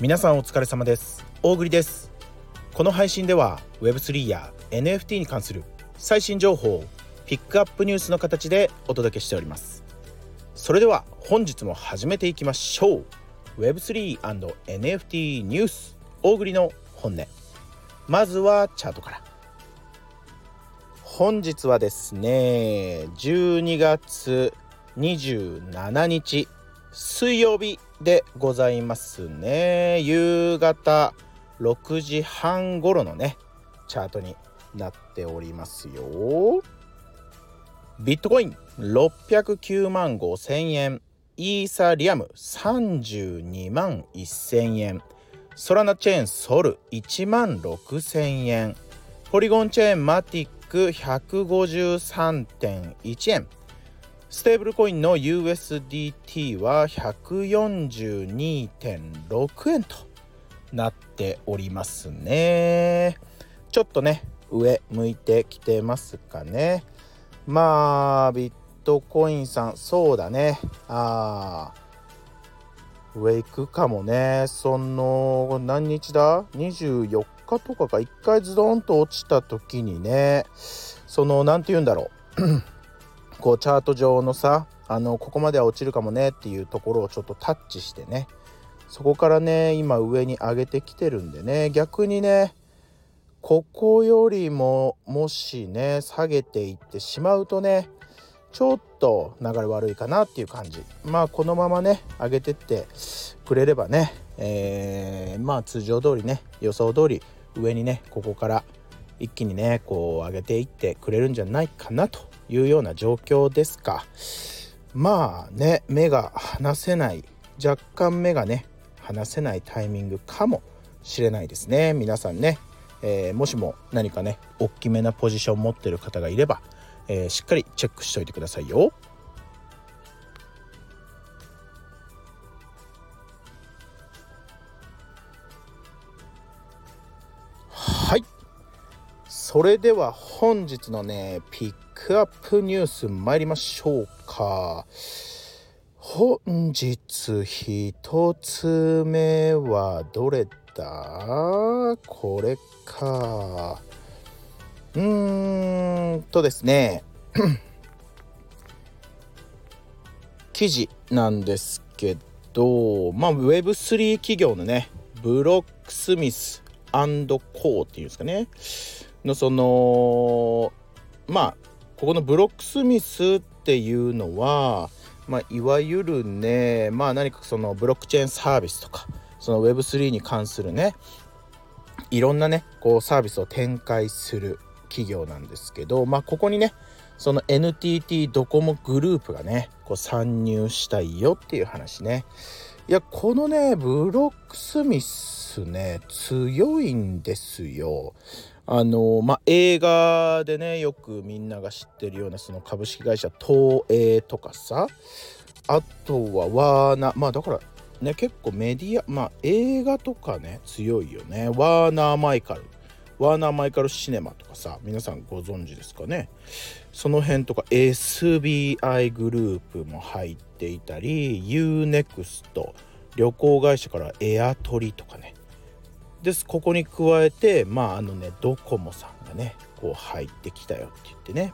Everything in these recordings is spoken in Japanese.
皆さんお疲れ様です。大栗です。この配信では Web3 や NFT に関する最新情報をピックアップニュースの形でお届けしております。それでは本日も始めていきましょう。 Web3&NFT ニュース大栗の本音。まずはチャートから。本日はですね、12月27日水曜日でございますね。夕方6時半頃のねチャートになっておりますよ。ビットコイン609万5000円、イーサリアム32万1000円、ソラナチェーンソル1万6000円、ポリゴンチェーンマティック 153.1 円、ステーブルコインの USDT は 142.6 円となっておりますね。ちょっとね上向いてきてますかね。まあビットコインさんそうだね、上行くかもね。その何日だ24日とかが一回ズドンと落ちた時にね、そのなんて言うんだろうこうチャート上のさここまでは落ちるかもねっていうところをちょっとタッチしてね、そこからね今上に上げてきてるんでね、逆にねここよりももしね下げていってしまうとねちょっと流れ悪いかなっていう感じ。まあこのままね上げてってくれればね、まあ通常通りね予想通り上にねここから一気にねこう上げていってくれるんじゃないかなというような状況ですか。まあね目が離せない、若干目がね離せないタイミングかもしれないですね。皆さんね、もしも何かね大きめなポジション持ってる方がいれば、しっかりチェックしといてくださいよ。はい、それでは本日のねピックアップニュース参りましょうか。本日一つ目はどれだ？これか。ですね記事なんですけど、Web3 企業のねブロックスミス&コーっていうんですかねのそのここのブロックスミスっていうのはいわゆるね何かそのブロックチェーンサービスとかその Web3 に関するねいろんなねこうサービスを展開する企業なんですけど、ここにねその NTT ドコモグループがねこう参入したいよっていう話ね。いやこのねブロックスミスね強いんですよ。映画でねよくみんなが知ってるようなその株式会社東映とかさ、あとはワーナー、だからね結構メディア映画とかね強いよね。ワーナーマイカルシネマとかさ、皆さんご存知ですかね。その辺とか SBI グループも入っていたり、 UNEXT 旅行会社からエアトリとかねです。ここに加えてドコモさんがねこう入ってきたよって言ってね、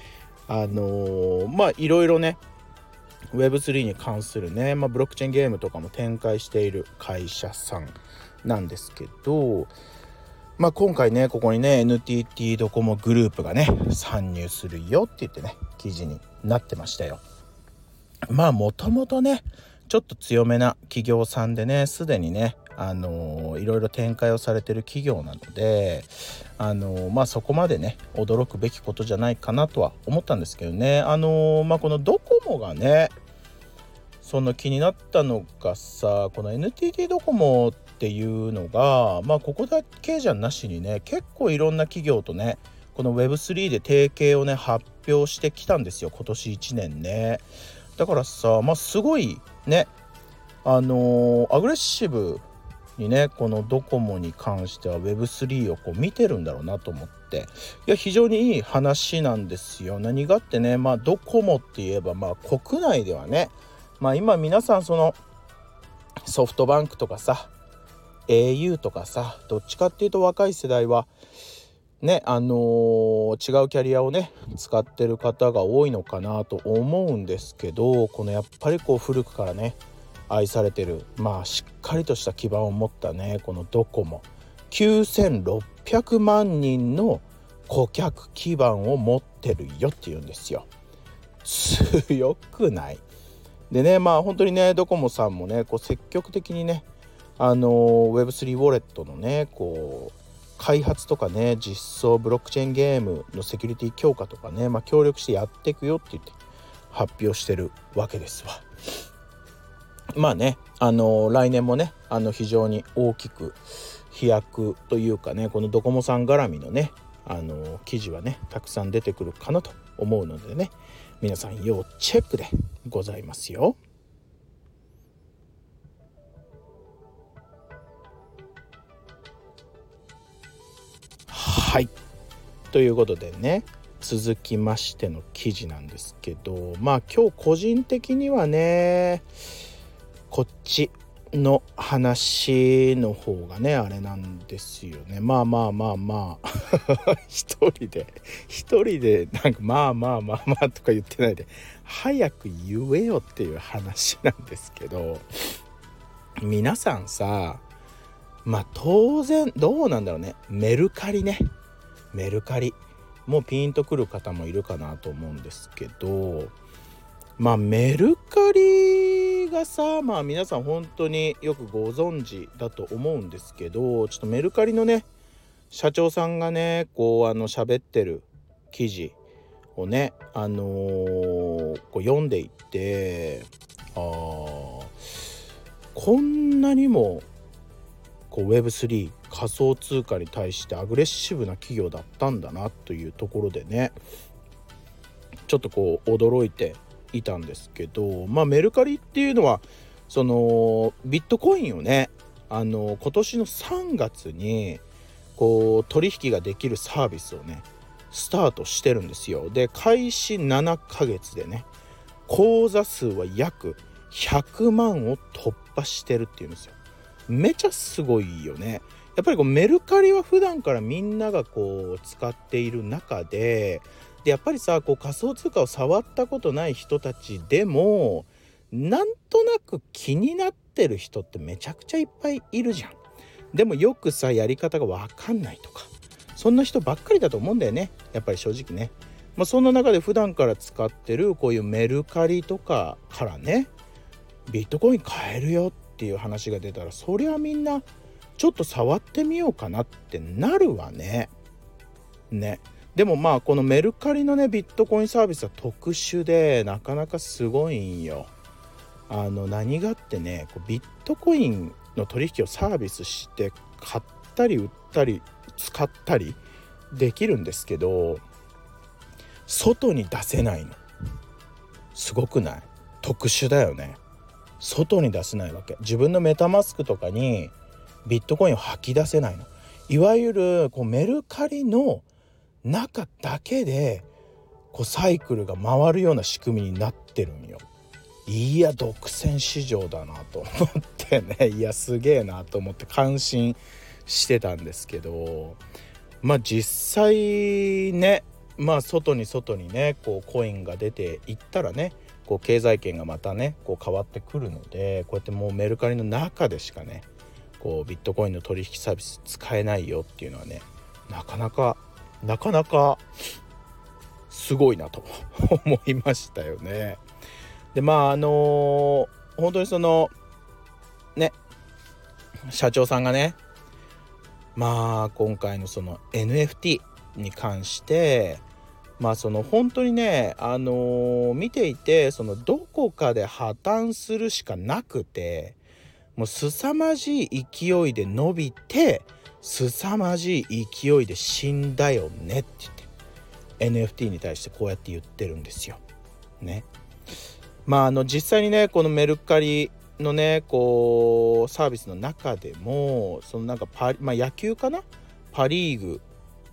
いろいろね Web3 に関するね、ブロックチェーンゲームとかも展開している会社さんなんですけど、今回ねここにね NTT ドコモグループがね参入するよって言ってね記事になってましたよ。もともとねちょっと強めな企業さんでねすでにねいろいろ展開をされてる企業なのでそこまでね驚くべきことじゃないかなとは思ったんですけどね。このドコモがねその気になったのがさ、この NTT ドコモっていうのがここだけじゃなしにね結構いろんな企業とねこの Web3 で提携をね発表してきたんですよ、今年1年ね。だからさすごいねアグレッシブにねこのドコモに関しては Web3 をこう見てるんだろうなと思って、いや非常にいい話なんですよ。何がってねドコモって言えば国内ではね今皆さんそのソフトバンクとかさ au とかさ、どっちかっていうと若い世代はね、違うキャリアをね使ってる方が多いのかなと思うんですけど、このやっぱりこう古くからね愛されてる、しっかりとした基盤を持ったねこのドコモ、9600万人の顧客基盤を持ってるよっていうんですよ。強くない？でね、本当にねドコモさんもねこう積極的にねWeb3 ウォレットのねこう開発とかね実装、ブロックチェーンゲームのセキュリティ強化とかね、協力してやっていくよって言って発表してるわけですわ。来年もね非常に大きく飛躍というかね、このドコモさん絡みのね記事はねたくさん出てくるかなと思うのでね、皆さん要チェックでございますよ。はい、ということでね、続きましての記事なんですけど、今日個人的にはねこっちの話の方がねあれなんですよね。一人でなんかまあとか言ってないで早く言えよっていう話なんですけど、皆さんさ、当然どうなんだろうね、メルカリもうピンとくる方もいるかなと思うんですけど、メルカリがさ、皆さん本当によくご存知だと思うんですけど、ちょっとメルカリのね社長さんがねこう喋ってる記事をねこう読んでいって、こんなにもこう Web3 仮想通貨に対してアグレッシブな企業だったんだなというところでね、ちょっとこう驚いていたんですけど、メルカリっていうのはそのビットコインをね今年の3月にこう取引ができるサービスをねスタートしてるんですよ。で開始7ヶ月でね口座数は約100万を突破してるっていうんですよ。めちゃすごいよね。やっぱりこうメルカリは普段からみんながこう使っている中で、やっぱりさこう仮想通貨を触ったことない人たちでもなんとなく気になってる人ってめちゃくちゃいっぱいいるじゃん。でもよくさやり方が分かんないとか、そんな人ばっかりだと思うんだよね、やっぱり正直ね。そんな中で普段から使ってるこういうメルカリとかからねビットコイン買えるよっていう話が出たら、そりゃみんなちょっと触ってみようかなってなるわね。でもこのメルカリのねビットコインサービスは特殊でなかなかすごいんよ。何があってね、こうビットコインの取引をサービスして買ったり売ったり使ったりできるんですけど、外に出せないの。すごくない？特殊だよね。外に出せないわけ。自分のメタマスクとかにビットコインを吐き出せないの。いわゆるこうメルカリの中だけでこうサイクルが回るような仕組みになってるんよ。いや独占市場だなと思ってね、いやすげえなと思って感心してたんですけど、実際ね外にねこうコインが出ていったらねこう経済圏がまたねこう変わってくるので、こうやってもうメルカリの中でしかねこうビットコインの取引サービス使えないよっていうのはねなかなかすごいなと思いましたよね。で本当にそのね社長さんがね今回のその NFT に関してその本当にね見ていてそのどこかで破綻するしかなくて、もう凄まじい勢いで伸びて凄まじい勢いで死んだよねって言って NFT に対してこうやって言ってるんですよね。実際にねこのメルカリのねこうサービスの中でもそのなんか野球かな、パリーグ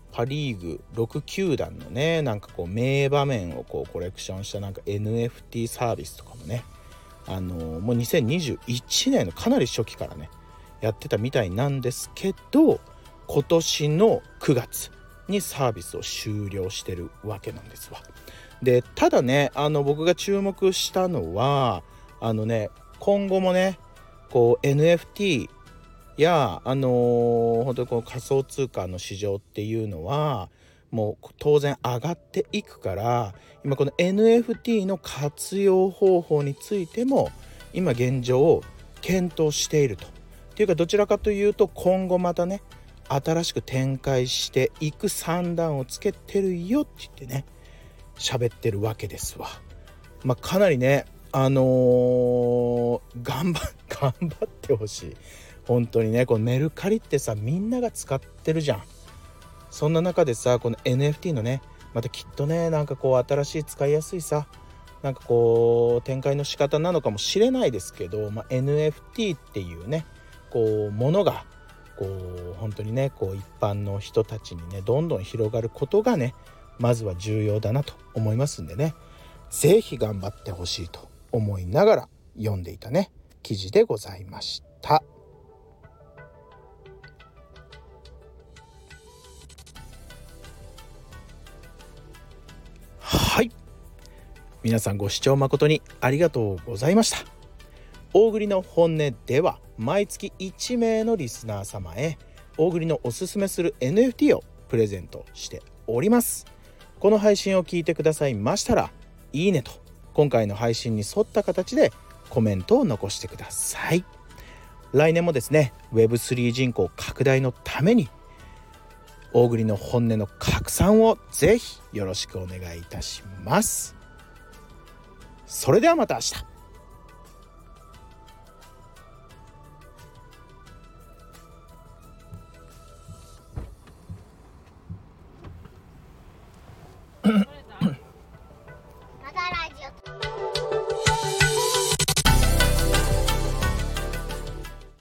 6球団のねなんかこう名場面をこうコレクションしたなんか NFT サービスとかもねもう2021年のかなり初期からねやってたみたいなんですけど、今年の9月にサービスを終了してるわけなんですわ。でただね、僕が注目したのは今後もねこう NFT や本当にこの仮想通貨の市場っていうのはもう当然上がっていくから、今この NFT の活用方法についても今現状検討していると。っていうかどちらかというと今後またね新しく展開していく算段をつけてるよって言ってね喋ってるわけですわ。かなりね頑張ってほしい。本当にね、このメルカリってさみんなが使ってるじゃん。そんな中でさこの NFT のねまたきっとねなんかこう新しい使いやすいさなんかこう展開の仕方なのかもしれないですけど、NFT っていうねこうものがこう本当にねこう一般の人たちにねどんどん広がることがねまずは重要だなと思いますんでね、ぜひ頑張ってほしいと思いながら読んでいたね記事でございました。はい、皆さんご視聴誠にありがとうございました。大栗の本音では毎月1名のリスナー様へ大栗のおすすめする NFT をプレゼントしております。この配信を聞いてくださいましたらいいねと今回の配信に沿った形でコメントを残してください。来年もですね Web3 人口拡大のために大栗の本音の拡散をぜひよろしくお願いいたします。それではまた明日。